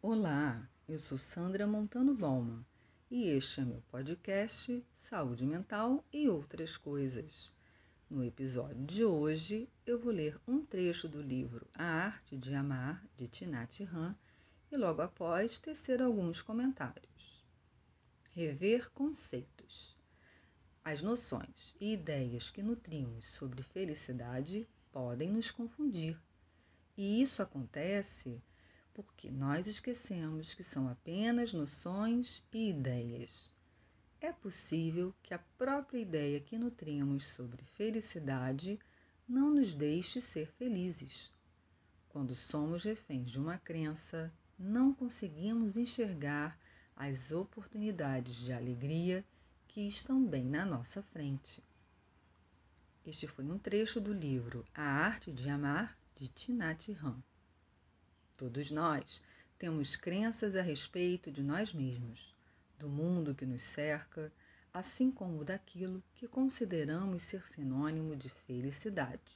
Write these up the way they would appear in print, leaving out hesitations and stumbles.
Olá, eu sou Sandra Montano Bauman e este é meu podcast Saúde Mental e Outras Coisas. No episódio de hoje, eu vou ler um trecho do livro A Arte de Amar, de Thich Nhat Hanh, e logo após tecer alguns comentários. Rever conceitos. As noções e ideias que nutrimos sobre felicidade podem nos confundir, e isso acontece porque nós esquecemos que são apenas noções e ideias. É possível que a própria ideia que nutrimos sobre felicidade não nos deixe ser felizes. Quando somos reféns de uma crença, não conseguimos enxergar as oportunidades de alegria que estão bem na nossa frente. Este foi um trecho do livro A Arte de Amar, de Thich Nhat Hanh. Todos nós temos crenças a respeito de nós mesmos, do mundo que nos cerca, assim como daquilo que consideramos ser sinônimo de felicidade.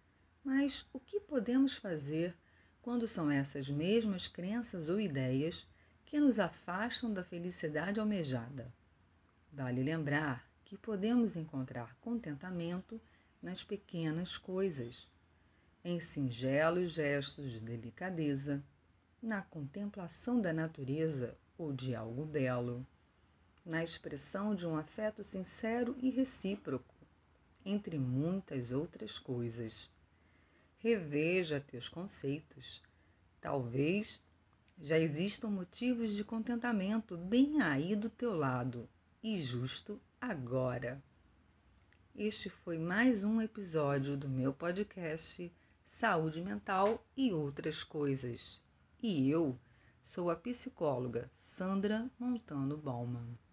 Mas o que podemos fazer quando são essas mesmas crenças ou ideias que nos afastam da felicidade almejada? Vale lembrar que podemos encontrar contentamento nas pequenas coisas, em singelos gestos de delicadeza, na contemplação da natureza ou de algo belo, na expressão de um afeto sincero e recíproco, entre muitas outras coisas. Reveja teus conceitos. Talvez já existam motivos de contentamento bem aí do teu lado, e justo agora. Este foi mais um episódio do meu podcast Saúde Mental e Outras Coisas. E eu sou a psicóloga Sandra Montano Bauman.